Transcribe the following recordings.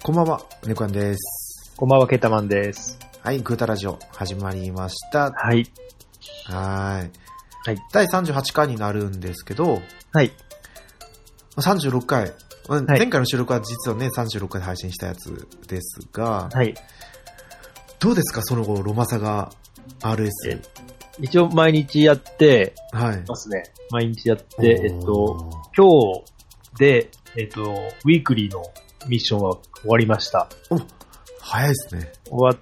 こんばんは、猫やんです。 こんばんは、ケータマンです。 はい、グータラジオ始まりました。 はい。 はい。 第 38回になるんですけど、 はい。 36回。前回の収録は実はね、36回で配信したやつですが、 はい。 どうですか、その後、ロマサガ RS。 一応毎日やってますね。 はい。 毎日やって、今日で、ウィークリーのミッションは終わりました。 お、早いですね。 終わって、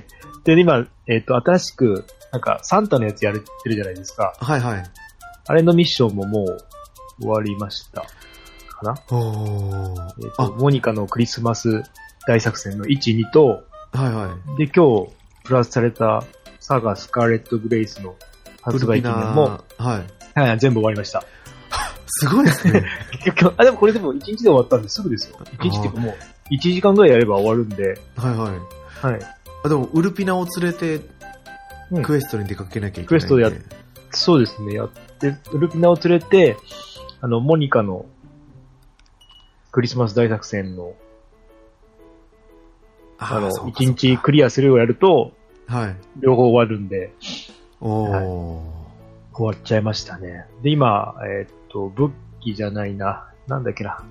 で、今、新しく、サンタのやつやってるじゃないですか。 はいはい。 あれのミッションももう終わりました。かな？モニカのクリスマス大作戦の1、2と、 はいはい。 で、今日、プラスされたサガスカーレット・グレイスの発売記念も、 はい、 全部終わりました。 すごいですね。 でもこれでも1日で終わったんですぐですよ。1日っていうかもう、1時間ぐらいやれば終わるんで。 はいはい。はい。でも、ウルピナを連れて、クエストに出かけなきゃいけない、クエストそうですね、やって、ウルピナを連れて、モニカのクリスマス大作戦の、1日クリアするをやると、 はい。 両方終わるんで、 終わっちゃいましたね。で、今、武器じゃないな。なんだっけな。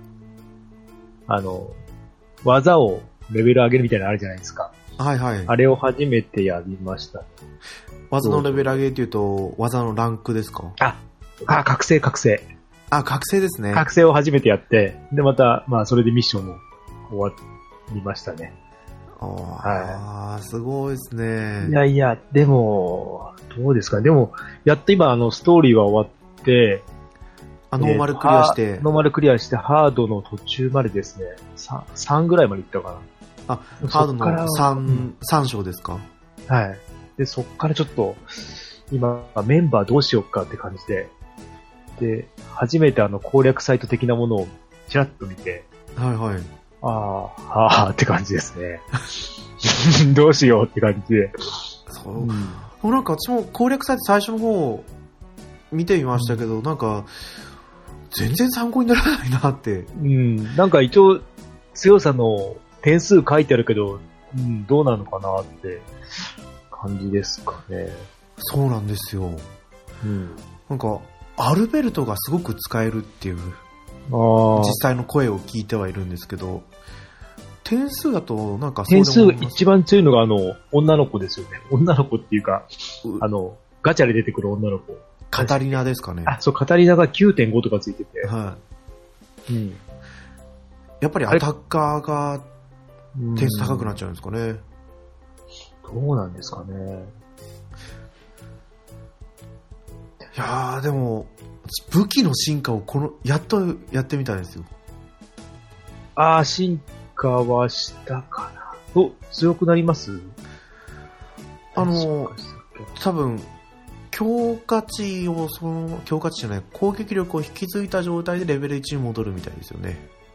技をレベル上げるみたいなのあるじゃないですか。 はいはい。 あれを初めてやりました。 技のレベル上げっていうと、技のランクですか？ 覚醒。 覚醒ですね。 覚醒を初めてやって、で、また、それでミッションも終わりましたね。 すごいですね。 いや、でも、どうですかね。でも、やっと今、ストーリーは終わって、 ノーマルクリアして。 ノーマルクリアして、ハードの途中までですね、3ぐらいまで行ったかな。ハードの3章ですか？ はい。で、そっからちょっと、今、メンバーどうしようかって感じで、で、初めて攻略サイト的なものをちらっと見て、 はいはい。 って感じですね。どうしようって感じで。 そう。なんか私も攻略サイト最初の方見てみましたけど、全然参考にならないなって。 一応強さの点数書いてあるけど、どうなのかなって感じですかね。 そうなんですよ。アルベルトがすごく使えるっていう。実際の声を聞いてはいるんですけど、点数だと点数一番強いのが女の子ですよね。女の子っていうか、ガチャで出てくる女の子。 カタリナですかね。 そう、カタリナが 9.5 とかついてて。 はい。やっぱりアタッカーが点数高くなっちゃうんですかね。 どうなんですかね。 いやー、でも、武器の進化をやっとやってみたいですよ。 進化はしたかな。強くなります？ 多分、強化値じゃない、攻撃力を引き継いだ状態でレベル1に戻るみたいですよね。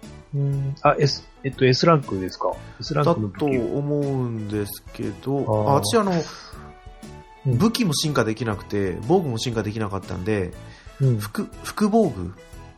S ランクですか？ S ランクの武器だと思うんですけど、私武器も進化できなくて、防具も進化できなかったんで、副防具、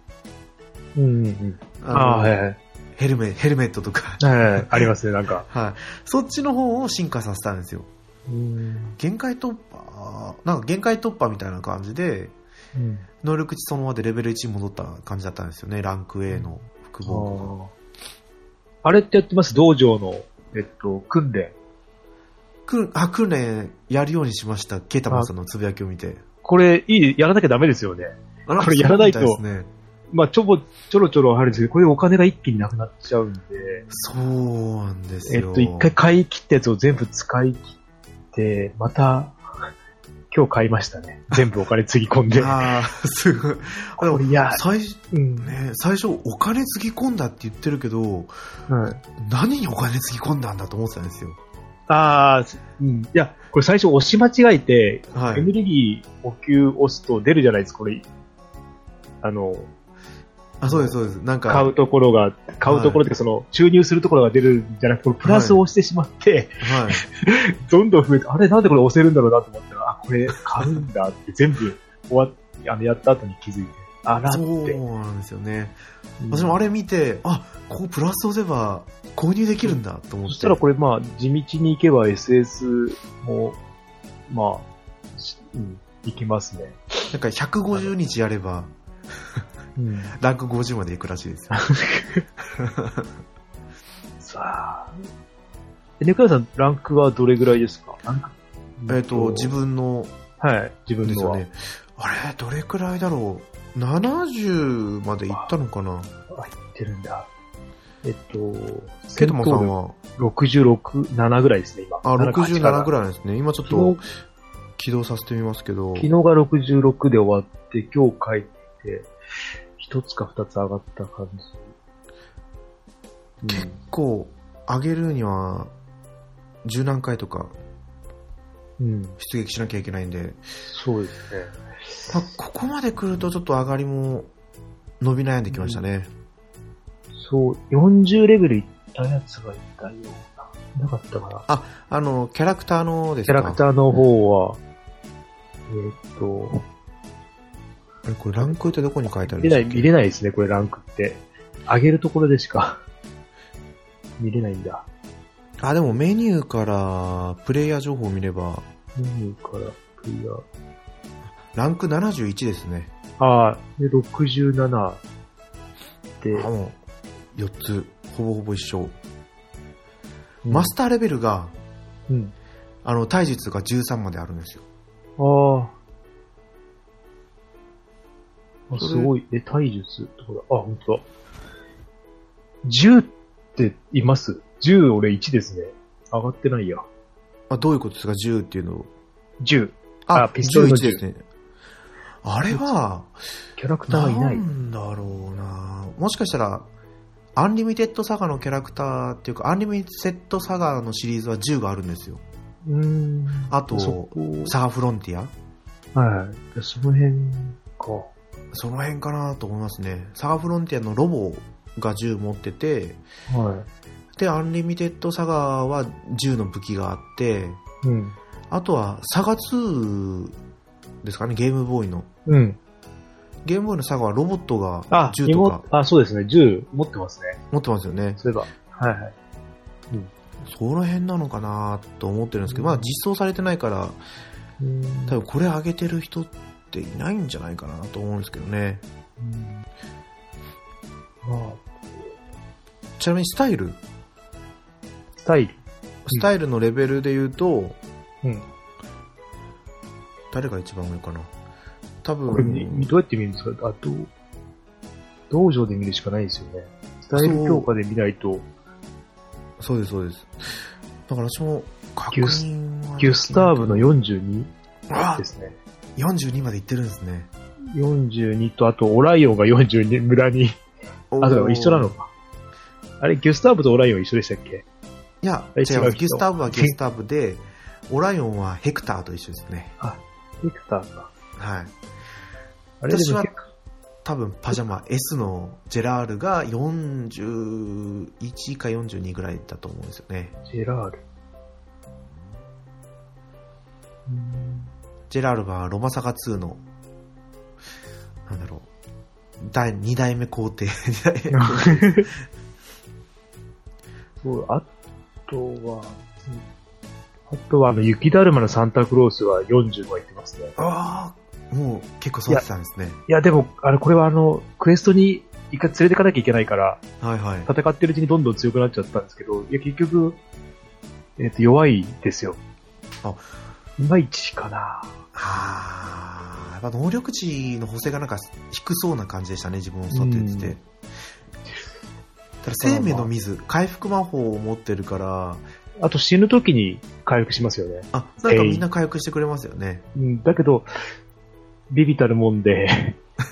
ヘルメットとか、 ありますね、はい。 そっちの方を進化させたんですよ。限界突破みたいな感じで、能力値そのままでレベル1に戻った感じだったんですよね、ランク A の副防具が。 あれってやってます？道場の、訓練。 訓練やるようにしました。ケータマンさんのつぶやきを見て。 これ、やらなきゃダメですよね。これやらないと、ちょろちょろあるんですけど、これでお金が一気になくなっちゃうんで。 そうなんですよ。 一回買い切ったやつを全部使い切って、また、今日買いましたね。全部お金つぎ込んで。 すごい。最初お金つぎ込んだって言ってるけど、何にお金つぎ込んだんだと思ってたんですよ。 いや、これ最初押し間違えて、エネルギー補給押すと出るじゃないですか、これ。 そうです、そうです。 買うところっていうか、注入するところが出るんじゃなくて、プラスを押してしまって、どんどん増えて、あれなんでこれ押せるんだろうなと思ったら、これ買うんだって全部やった後に気づいて、 あらって。 そうなんですよね。私もあれ見て、ここプラス押せば購入できるんだと思って。 そしたらこれ地道に行けば SS も、行きますね。 なんか150日やれば、ランク50まで行くらしいですよ。 さあ。ネクラさん、ランクはどれぐらいですか？ 自分の、 はい、自分のは。 ですよね。あれ、どれくらいだろう。70まで行ったのかな。 行ってるんだ。 ケトマさんは 66、7ぐらいですね、今。 67ぐらいですね。今ちょっと起動させてみますけど。 昨日が66で終わって、今日帰って、1つか2つ上がった感じ。結構、上げるには、10何回とか、出撃しなきゃいけないんで。 そうですね。 ここまで来るとちょっと上がりも伸び悩んできましたね。 そう、40レベルいったやつがいたような。なかったかな。 キャラクターのですか？ キャラクターの方は、 これランクってどこに書いてあるんですか？ 見れないですね、これランクって。上げるところでしか見れないんだ。 でもメニューからプレイヤー情報を見れば。 メニューからプレイヤー。 ランク71ですね。 で、67で。 もう、4つ、ほぼほぼ一緒。マスターレベルが、体術が13まであるんですよ。 すごい。体術とかだ。ほんとだ。10っています？ 10 俺1ですね。上がってないや。 どういうことですか ?10 っていうのを。 10。ピストルの10 ですね。あれは、 キャラクターがいない。 なんだろうな。もしかしたら、アンリミテッドサガのキャラクターっていうか、アンリミテッドサガのシリーズは10があるんですよ。あと、サガフロンティア。はい。その辺か。 その辺かなと思いますね。サガフロンティアのロボが10持ってて、で、アンリミテッドサガは10の武器があって、あとはサガ2ですかね、ゲームボーイの。ゲームボーイのサガはロボットが10とか。 そうですね、10持ってますね。 持ってますよね。 そういえば。 その辺なのかなと思ってるんですけど、実装されてないから、多分これ上げてる人っていないんじゃないかなと思うんですけどね。ちなみにスタイルのレベルで言うと、誰が一番上かな。多分。 これどうやって見るんですか？道場で見るしかないですよね。スタイル強化で見ないと。 そうです、そうです。だから私も確認はギュスターブの42ですね。 42までいってるんですね。 42と、あとオライオンが42、無駄に。一緒なのか。あれ、ギュスターブとオライオン一緒でしたっけ？ いや、違う。ギュスターブはギュスターブで、オライオンはヘクターと一緒ですね。 ヘクターか。 はい。私は多分パジャマ S のジェラールが41か42ぐらいだと思うんですよね。 ジェラール。 ジェラールはロマサガ2の、2代目皇帝。 そう、あとは雪だるまのサンタクロースは40は言ってますね。 もう結構そうやってたんですね。 いや、でも、これはクエストに一回連れてかなきゃいけないから、戦ってるうちにどんどん強くなっちゃったんですけど、いや、結局、弱いですよ。いまいちかな。 やっぱ能力値の補正がなんか低そうな感じでしたね、自分を育ててて。ただ生命の水、回復魔法を持ってるから、 あと死ぬ時に回復しますよね。 なんかみんな回復してくれますよね。 だけど、ビビたるもんで、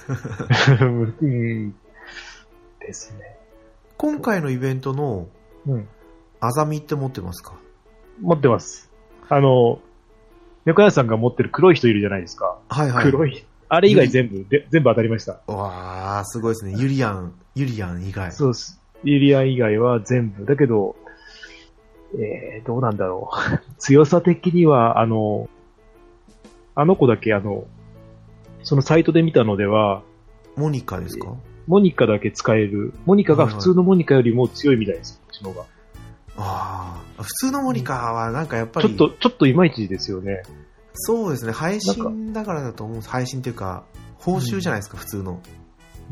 ですね。 今回のイベントの、アザミって持ってますか？ 持ってます。猫屋さんが持ってる黒い人いるじゃないですか。黒い。あれ以外全部当たりました。 わー、すごいですね。ユリアン以外。 そうです。ユリアン以外は全部。だけど、どうなんだろう。強さ的には、あの子だけそのサイトで見たのでは、 モニカですか？ モニカだけ使える。モニカが普通のモニカよりも強いみたいです、こっちのが。 ああ、普通のモニカはなんかやっぱり、 ちょっといまいちですよね。 そうですね、配信だからだと思うんです。配信っていうか、報酬じゃないですか、普通の。 うん。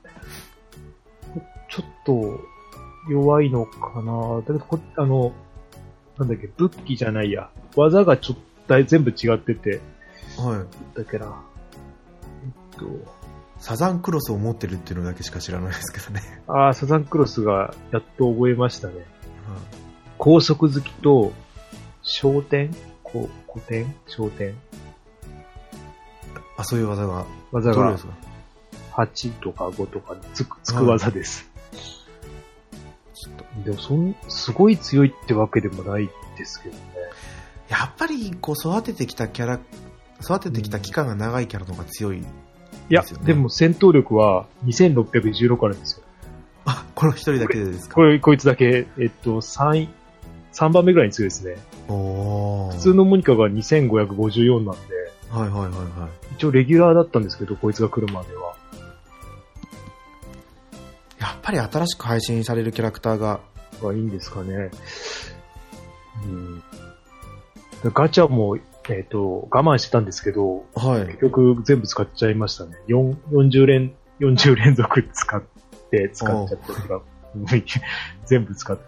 ちょっと弱いのかな。だけどなんだっけ、武器じゃないや。技がちょっと全部違ってて。 はい。 だけど、 サザンクロスを持ってるっていうのだけしか知らないですけどね。 ああ、サザンクロスがやっと覚えましたね。高速好きと、焦点古典焦点そういう技が。 どれですか？8とか5とかにつく技です。でもすごい強いってわけでもないですけどね。 やっぱり、育ててきた期間が長いキャラの方が強い、ね。 いや、でも戦闘力は2616あるんですよ。 この一人だけでですか？ こいつだけ、3番目ぐらいに強いですね。普通のモニカが2554なんで。 はいはいはいはい。 一応レギュラーだったんですけど、こいつが来るまでは。 やっぱり新しく配信されるキャラクターが。 いいんですかね。ガチャも、我慢してたんですけど、 はい、 結局全部使っちゃいましたね。40連続使っちゃったとか、全部使って。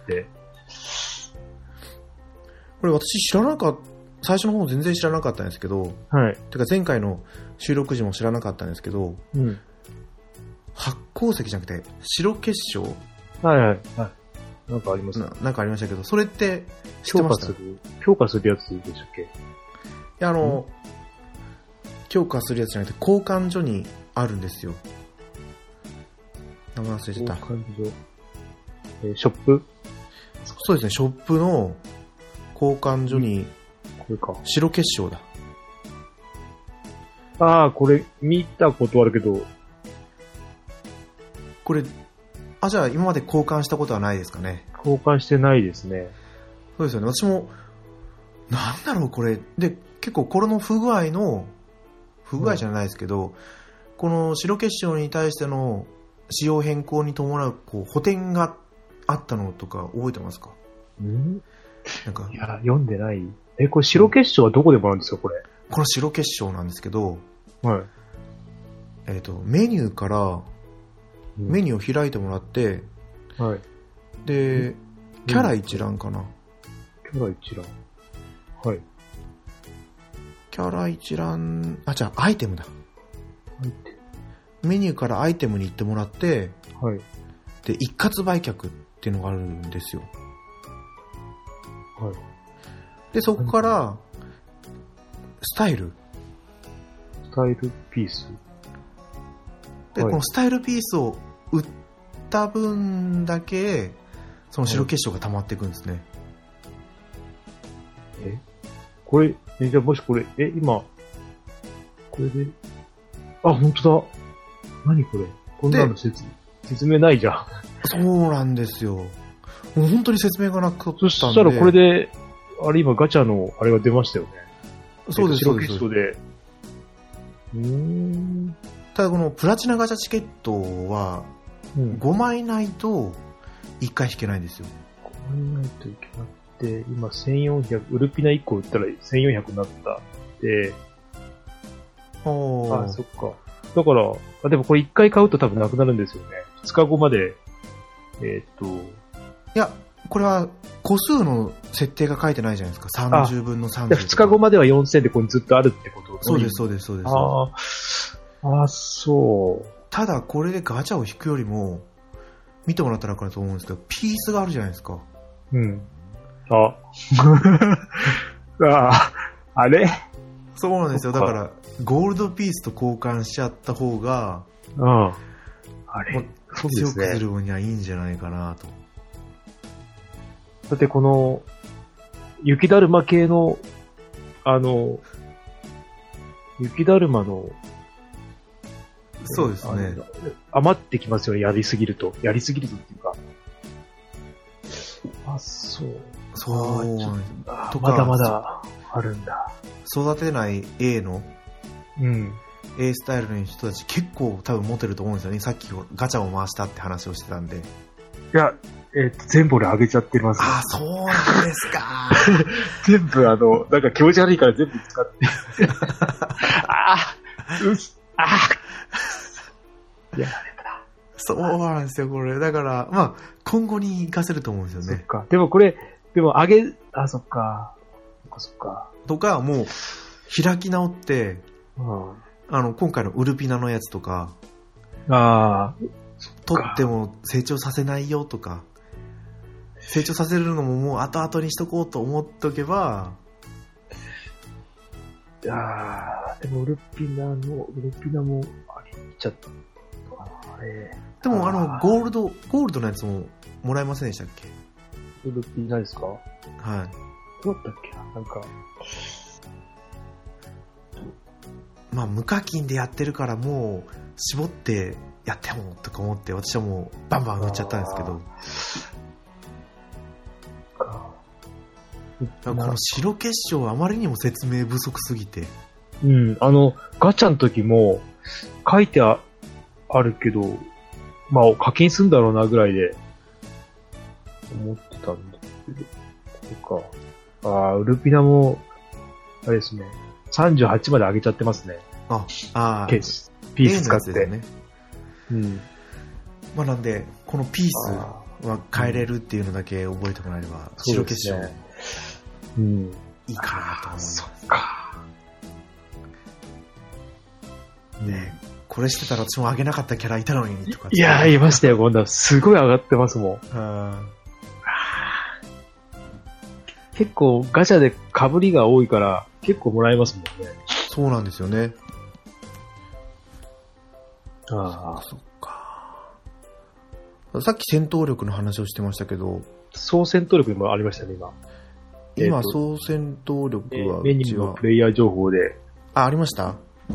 これ私最初の方全然知らなかったんですけど、 はい。 てか前回の収録時も知らなかったんですけど、 うん。 発光石じゃなくて白結晶。 はいはいはい。なんかありますね。 なんかありましたけど、それって知ってました？ 強化するやつでしたっけ？いや、強化するやつじゃなくて交換所にあるんですよ。名前忘れてた。 交換所。ショップ？ そうですね、ショップの交換所に、 これか。 白結晶だ。 これ見たことあるけど、 これ、じゃあ今まで交換したことはないですかね？ 交換してないですね。 そうですよね。私も、なんだろうこれ。で、結構これの不具合じゃないですけど、この白結晶に対しての仕様変更に伴う補填があったのとか覚えてますか？なんか、 いや、読んでない。これ白結晶はどこでもらうんですか、これ？ この白結晶なんですけど、 はい。 メニューから、メニューを開いてもらって、 はい。 で、キャラ一覧かな。 キャラ一覧。はい。 キャラ一覧、じゃあアイテムだ。メニューからアイテムに行ってもらって、 はい。 で、一括売却っていうのがあるんですよ。 はい。 で、そこから、スタイルピース。 で、このスタイルピースを売った分だけ、その白結晶が溜まっていくんですね。 これ、じゃあもしこれ、今、これで、本当だ。何これ？こんなの説明ないじゃん。 そうなんですよ。もう本当に説明がなくて。 そしたらこれで、今ガチャのあれが出ましたよね。 そうです、 白結晶で。 ただこのプラチナガチャチケットは、5枚ないと1回引けないんですよ。 5枚ないといけなくて、今1400、ウルピナ1個売ったら1400になったで、そっか。だから、でもこれ1回買うと多分なくなるんですよね。2日後まで、いや、これは個数の設定が書いてないじゃないですか。30分の30。 2日後までは4000でここにずっとあるってこと？ そうです、そうです、そうです。 そう。 ただこれでガチャを引くよりも、見てもらったら分かると思うんですけど、ピースがあるじゃないですか。 あれ？ そうなんですよ。だから、ゴールドピースと交換しちゃった方が、 あれ、 強くする分にはいいんじゃないかなと。 だってこの、雪だるま系の、雪だるまの、 そうですね。 余ってきますよね、やりすぎるとっていうか。そう。 とかまだまだあるんだ。 育てない A の、 A スタイルの人たち結構多分持てると思うんですよね。さっきガチャを回したって話をしてたんで。 いや、全部俺上げちゃってます、ね。 あ、そうなんですか。 全部なんか気持ち悪いから全部使って。いや、 そうなんですよ、これ。だから、まあ、今後に活かせると思うんですよね。 そっか。でもこれ、そっか。そっか。 とか、もう、開き直って、今回のウルピナのやつとか、取っても成長させないよとか、成長させるのももう後々にしとこうと思っとけば、 でもウルピナもあれちゃったのかな。 でもゴールドのやつももらえませんでしたっけ？ ウルピナですか？はい。どうだったっけな、なんか。 まあ無課金でやってるからもう絞ってやってもとか思って私はもうバンバン売っちゃったんですけど。この白結晶はあまりにも説明不足すぎて。 うん、ガチャの時も書いてあるけど、まあ課金するんだろうなぐらいで思ってたんだけど。とか、ウルピナも、あれですね、38まで上げちゃってますね。ピース使って。ね。うん。 まあなんで、このピースは変えれるっていうのだけ覚えてもらえれば、白結晶。 うん。 いいかなと思います。 そっか。 ね、これしてたら私も上げなかったキャラいたのにとか。 いや、いましたよ、こんな。すごい上がってますもん。結構ガチャで被りが多いから結構もらえますもんね。 そうなんですよね。そっか。さっき戦闘力の話をしてましたけど。 総戦闘力もありましたね、今。 今、総戦闘力はメニューのプレイヤー情報で。 ありました？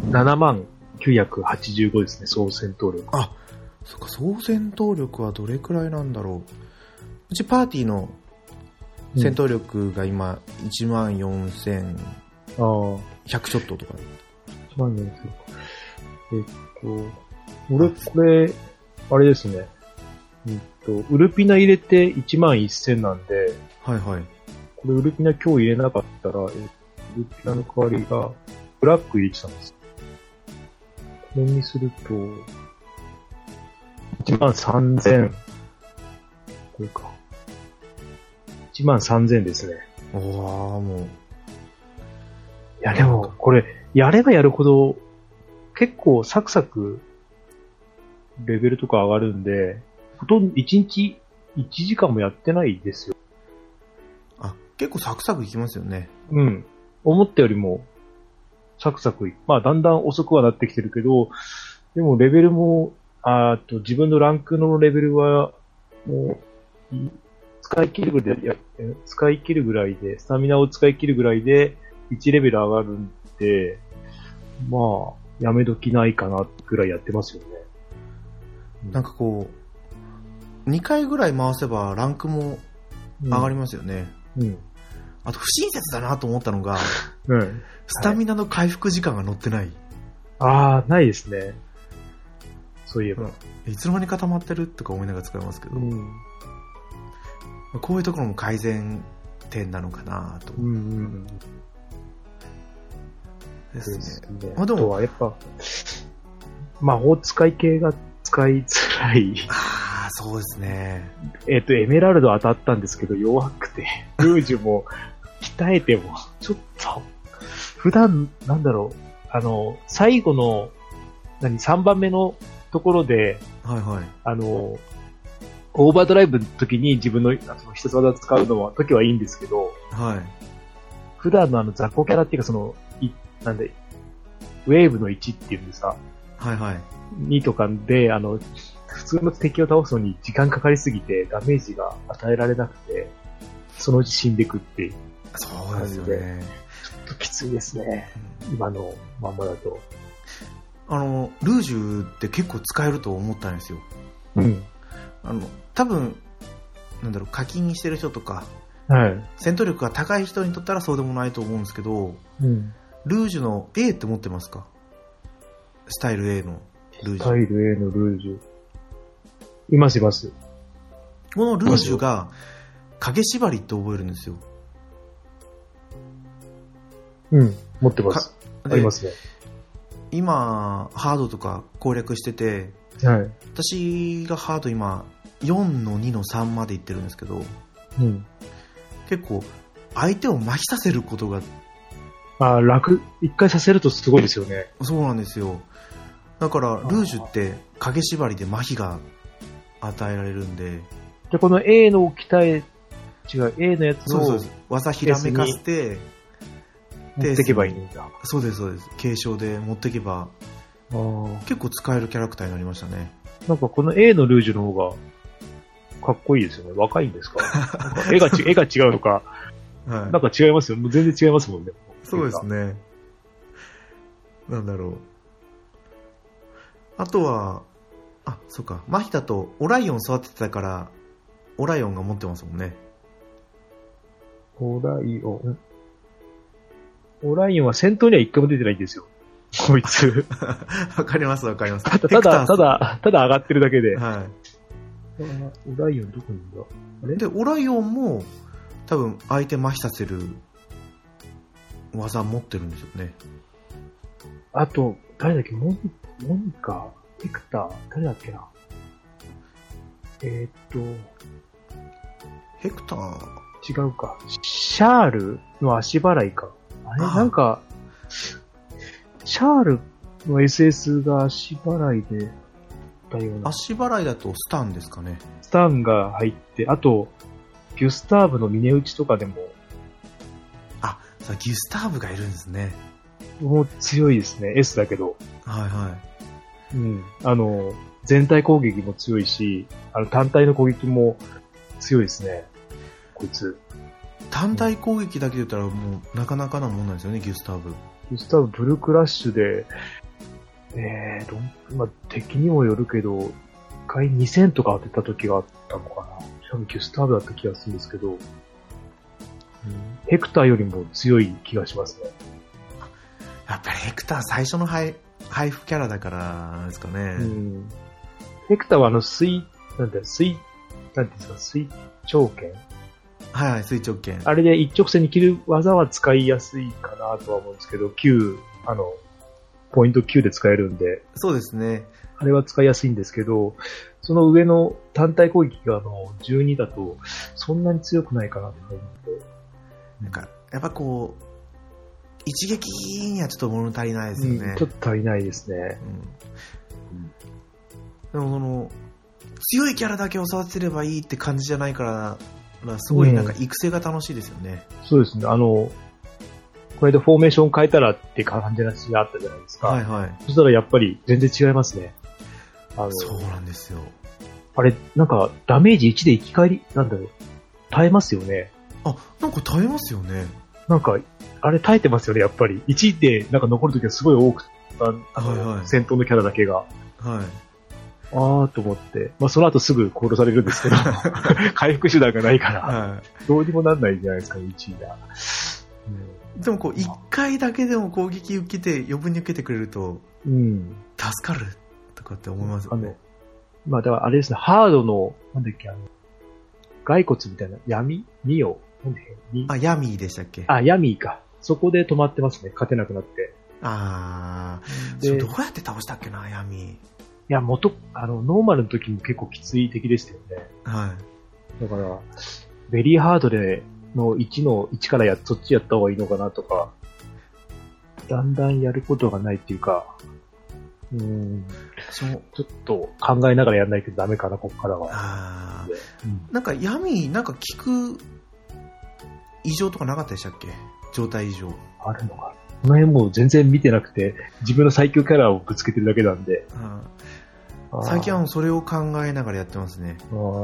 7985 ですね、総戦闘力。 そっか、総戦闘力はどれくらいなんだろう。うちパーティーの戦闘力が今、14100ちょっととか。 俺、これ、あれですね。ウルピナ入れて11000なんで、 はいはい。 これウルピナ今日入れなかったら、ウルピナの代わりが、ブラック入れてたんです。これにすると、13000、これか。13000ですね。 もう。 いや、でも、これ、やればやるほど、結構サクサク、レベルとか上がるんで、ほとんど1日1時間もやってないですよ。 結構サクサクいきますよね。 うん。思ったよりも、サクサクまあ、だんだん遅くはなってきてるけど、でもレベルも、自分のランクのレベルは、もう、使い切るぐらいで、スタミナを使い切るぐらいで、1レベル上がるんで、まあ、やめ時ないかな、ぐらいやってますよね。 なんかこう、2回ぐらい回せばランクも上がりますよね。 うん。 あと不親切だなと思ったのが、スタミナの回復時間が載ってない。 ないですね。そういえば。 いつの間に固まってるとか思いながら使いますけど、こういうところも改善点なのかなと。ですね。 あとはやっぱ、魔法使い系が使いづらい。 そうですね。 エメラルド当たったんですけど弱くて、ルージュも鍛えても、ちょっと、普段、なんだろう、最後の、3番目のところで、オーバードライブの時に自分の必殺技使うのは、時はいいんですけど、普段の雑魚キャラっていうかウェーブの1っていうんでさ、2とかで、普通の敵を倒すのに時間かかりすぎてダメージが与えられなくて、そのうち死んでくっていう。 そうですよね。 ちょっときついですね。今のまんまだと。 ルージュって結構使えると思ったんですよ。多分、課金してる人とか、戦闘力が高い人にとったらそうでもないと思うんですけど、ルージュの A って持ってますか？ スタイル A のルージュ。 スタイル A のルージュ。いますいます。 このルージュが影縛りって覚えるんですよ。 うん、持ってます。ありますね。 今、ハードとか攻略してて、 はい、 私がハード今、4の2の3までいってるんですけど、 うん、 結構、相手を麻痺させることが、 一回させるとすごいですよね。 そうなんですよ。だから、ルージュって影縛りで麻痺が与えられるんで。 で、この A のA のやつを、 そう技ひらめかせて、 持ってけばいいんだ。 そうです、そうです。継承で持ってけば、結構使えるキャラクターになりましたね。 なんかこの A のルージュの方が、かっこいいですよね。若いんですか？絵が違うのか、はい、なんか違いますよ。もう全然違いますもんね。 そうですね。なんだろう。あとは、そうか。マヒだとオライオン育ててたから、オライオンが持ってますもんね。 オライオンは戦闘には一回も出てないんですよ。こいつ。 わかりますわかります。 ただ上がってるだけで。 はい。 オライオンどこにいるんだ？あれ？ で、オライオンも多分相手麻痺させる技持ってるんですよね。 あと、誰だっけ？モニカ、ヘクター、誰だっけな？ ヘクター？ 違うか。シャールの足払いか。あれなんか、シャールの SS が足払いで、 足払いだとスタンですかね。 スタンが入って、あと、ギュスターブの峰打ちとかでも。 そう、ギュスターブがいるんですね。 もう強いですね。S だけど。 はいはい。 うん。全体攻撃も強いし、単体の攻撃も強いですね。こいつ。 単体攻撃だけで言ったらもうなかなかなもんなんですよね、ギュスターブ。 ギュスターブブルクラッシュで、敵にもよるけど、一回2000とか当てた時があったのかな。多分ギュスターブだった気がするんですけど、ヘクターよりも強い気がしますね。 やっぱりヘクター最初の配布キャラだからですかね。 ヘクターは水長剣？ はい、水長剣。 あれで一直線に切る技は使いやすいかなとは思うんですけど、ポイント9で使えるんで。 そうですね。 あれは使いやすいんですけど、その上の単体攻撃が12だと、そんなに強くないかなと思って。 なんか、やっぱこう、一撃にはちょっと物足りないですよね。 ちょっと足りないですね。 でも強いキャラだけを育てればいいって感じじゃないから、すごいなんか育成が楽しいですよね。 そうですね。これでフォーメーション変えたらって感じがあったじゃないですか。 はいはい。 そしたらやっぱり全然違いますね。 そうなんですよ。 あれ、なんかダメージ1で生き返り、耐えますよね。 なんか耐えますよね。 なんか、あれ耐えてますよね、やっぱり。1でなんか残るときはすごい多く戦闘のキャラだけが。 はい。 と思って。その後すぐ殺されるんですけど、回復手段がないから、どうにもなんないじゃないですか、1位が。 でも1回だけでも攻撃受けて、余分に受けてくれると、助かるとかって思いますよね。 だからあれですね、ハードの、骸骨みたいな、ミオヤミーでしたっけ？ ヤミーか。そこで止まってますね、勝てなくなって。 それどうやって倒したっけな、ヤミー。 いや、ノーマルの時も結構きつい敵でしたよね。 はい。 だから、ベリーハードでの1からそっちやった方がいいのかなとか、だんだんやることがないっていうか、ちょっと考えながらやんないとダメかな、ここからは。 なんか闇、なんか効く異常とかなかったでしたっけ？状態異常。 あるのか。この辺もう全然見てなくて、自分の最強キャラをぶつけてるだけなんで。 最近はそれを考えながらやってますね。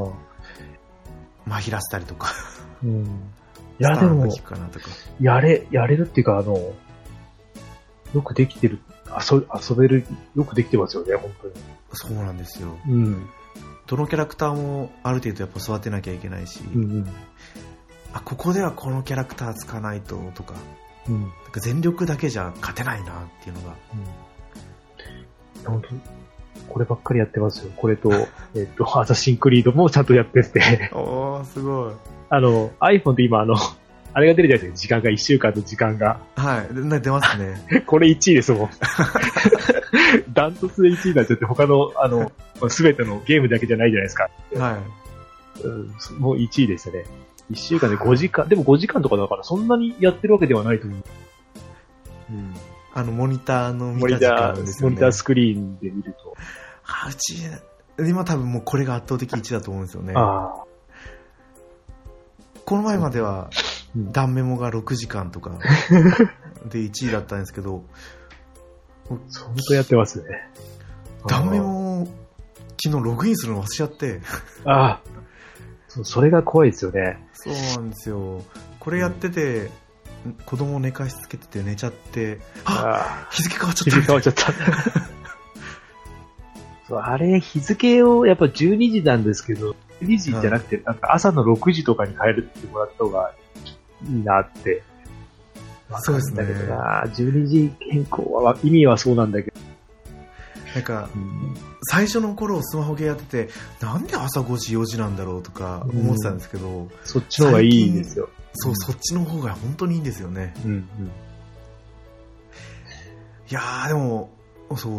まひらせたりとか。 いや、でも、やれるっていうか、よくできてる、遊べる、よくできてますよね、本当に。 そうなんですよ。どのキャラクターもある程度やっぱ育てなきゃいけないし、ここではこのキャラクター使わないととか、なんか全力だけじゃ勝てないなっていうのが。 本当こればっかりやってますよ。これと、アサシンクリードもちゃんとやってて。 おー、すごい。 iPhone って今あれが出るじゃないですか、時間が、1週間の時間が。 はい、出ますね。 これ1位ですもん。ダントツで1位になっちゃって、他の、すべてのゲームだけじゃないじゃないですか。 はい。 もう1位でしたね。1週間で5時間、でも5時間とかだからそんなにやってるわけではないと思う。 モニターの見た時間ですよね。 モニタースクリーンで見ると。 うち、今多分もうこれが圧倒的1位だと思うんですよね。この前までは、ダンメモが6時間とかで1位だったんですけど、 本当やってますね。 ダンメモ、昨日ログインするの忘れちゃって。 それが怖いですよね。 そうなんですよ。これやってて、子供寝かしつけてて寝ちゃって、日付変わっちゃった。 日付変わっちゃった。そうあれ、日付をやっぱ12時なんですけど、12時じゃなくて、なんか朝の6時とかに変えるってもらった方がいいなって。 そうですね。 12時変更は意味はそうなんだけど。 なんか、最初の頃スマホゲーやってて、なんで朝5時4時なんだろうとか思ってたんですけど、 そっちの方がいいんですよ。 そう、そっちの方が本当にいいんですよね。いやー、でも、そう、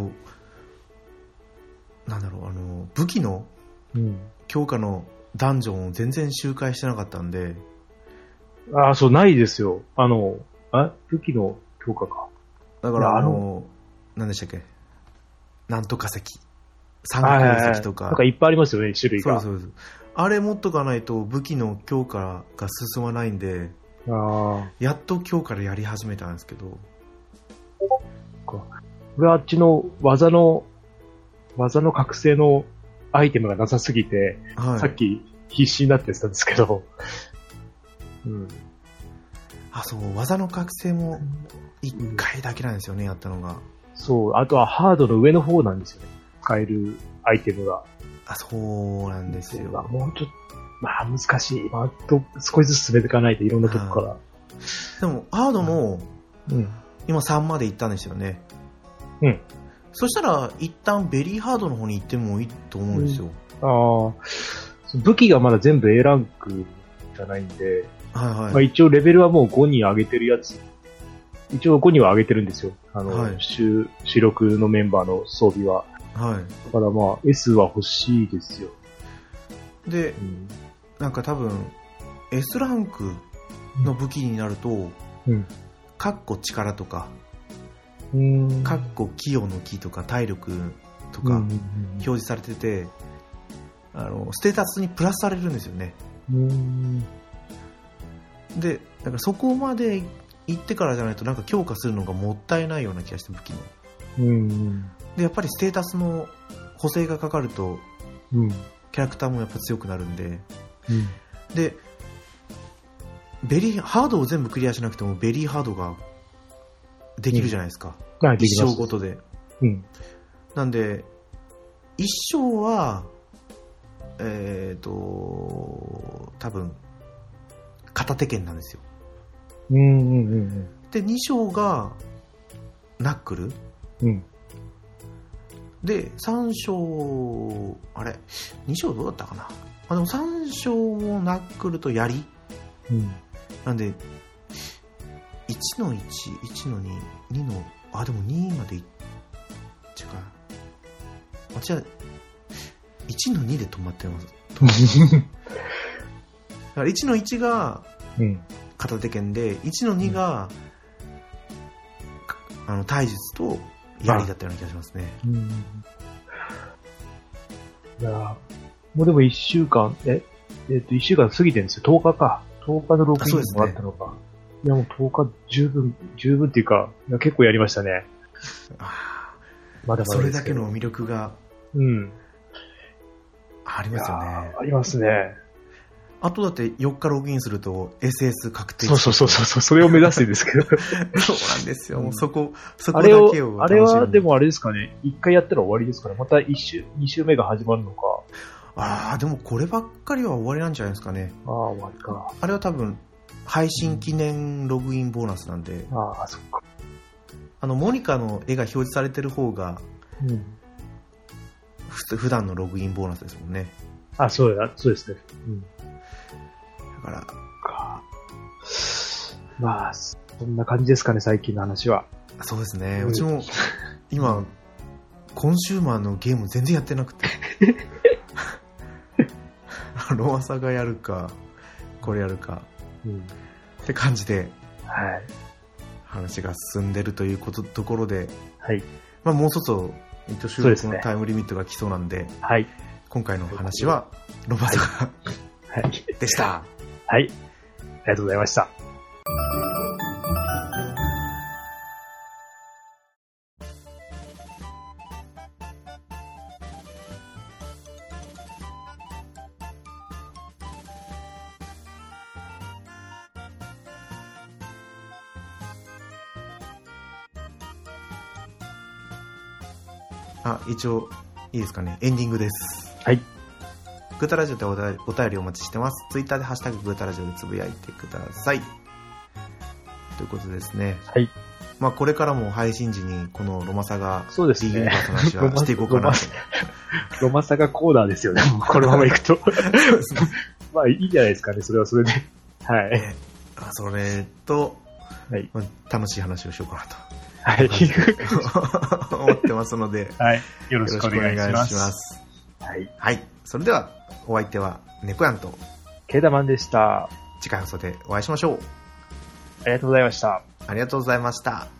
なんだろう、武器の強化のダンジョンを全然周回してなかったんで。 そう、ないですよ。武器の強化か。 だから、何でしたっけ、なんとか石。三角石とか。 なんかいっぱいありますよね、種類が。 そう。あれ持っとかないと武器の強化が進まないんで、やっと強化でやり始めたんですけど。 俺はあっちの技の覚醒のアイテムがなさすぎて、さっき必死になってたんですけど。 そう、技の覚醒も1回だけなんですよね、やったのが。 そう、あとはハードの上の方なんですよね。使えるアイテムが。 そうなんですよ。 もうちょっと、難しい。少しずつ進めていかないといろんなとこから。 でも、ハードも、今3まで行ったんですよね。そしたら、一旦ベリーハードの方に行ってもいいと思うんですよ。 武器がまだ全部 A ランクじゃないんで、一応レベルはもう5に上げてるやつ。一応5には上げてるんですよ。主力のメンバーの装備は。だからS は欲しいですよ。で、なんか多分、S ランクの武器になると、かっこ力とか、かっこ器用の木とか体力とか表示されてて、ステータスにプラスされるんですよね。で、だからそこまで行ってからじゃないとなんか強化するのがもったいないような気がして、武器の。で、やっぱりステータスの補正がかかると、キャラクターもやっぱ強くなるんで、で、ハードを全部クリアしなくてもベリーハードができるじゃないですか。一生ごとで。なんで、一生は、多分、片手剣なんですよ。で、2章が、ナックル。で、3章、2章どうだったかな。でも3章もナックルと槍。なんで、1の1、1の2、2の、でも2までいっちゃうか。じゃあ、1の2で止まってます。だから1の1が片手剣で、1の2が、体術と槍だったような気がしますね。 いやもうでも1週間、1週間過ぎてるんですよ。10日か。10日の6日もらったのか。いやもう10日十分っていうか、結構やりましたね。 まだそれだけの魅力が、ありますよね。 ありますね。 あとだって4日ログインすると SS 確定。 そう、それを目指してるんですけど。 そうなんですよ。もうそこだけをあれはでもあれですかね。1回やったら終わりですから、また2週目が始まるのか。 でもこればっかりは終わりなんじゃないですかね。 終わりか。 あれは多分、配信記念ログインボーナスなんで。 そっか。 モニカの絵が表示されてる方が、 うん。 普段のログインボーナスですもんね。 あ、そうですね。うん。 だから。 まあ、そんな感じですかね、最近の話は。 そうですね。うちも、今、コンシューマーのゲーム全然やってなくて。ロマサがやるか、これやるか、って感じで、 はい。 話が進んでるというところで、 はい。 まあもうちょっと、収録のタイムリミットが来そうなんで、 はい。 今回の話は、ロマサガ、 はい、 でした。 はい。ありがとうございました。 一応、いいですかね。エンディングです。 はい。 グータラジオでお便りお待ちしてます。ツイッターでハッシュタググータラジオでつぶやいてください。ということですね。 はい。 まあこれからも配信時にこのロマサガそうですね。 リーグの話はしていこうかなと。 ロマサガコーナーですよね。このままいくと。そうですね。まあいいじゃないですかね。それはそれで。はい。 それと、 はい。 楽しい話をしようかなと。 はい。 思ってますので、 はい。よろしくお願いします。 はい。はい。それでは、お相手は、猫やんと、 ケータマンでした。 次回放送でお会いしましょう。 ありがとうございました。 ありがとうございました。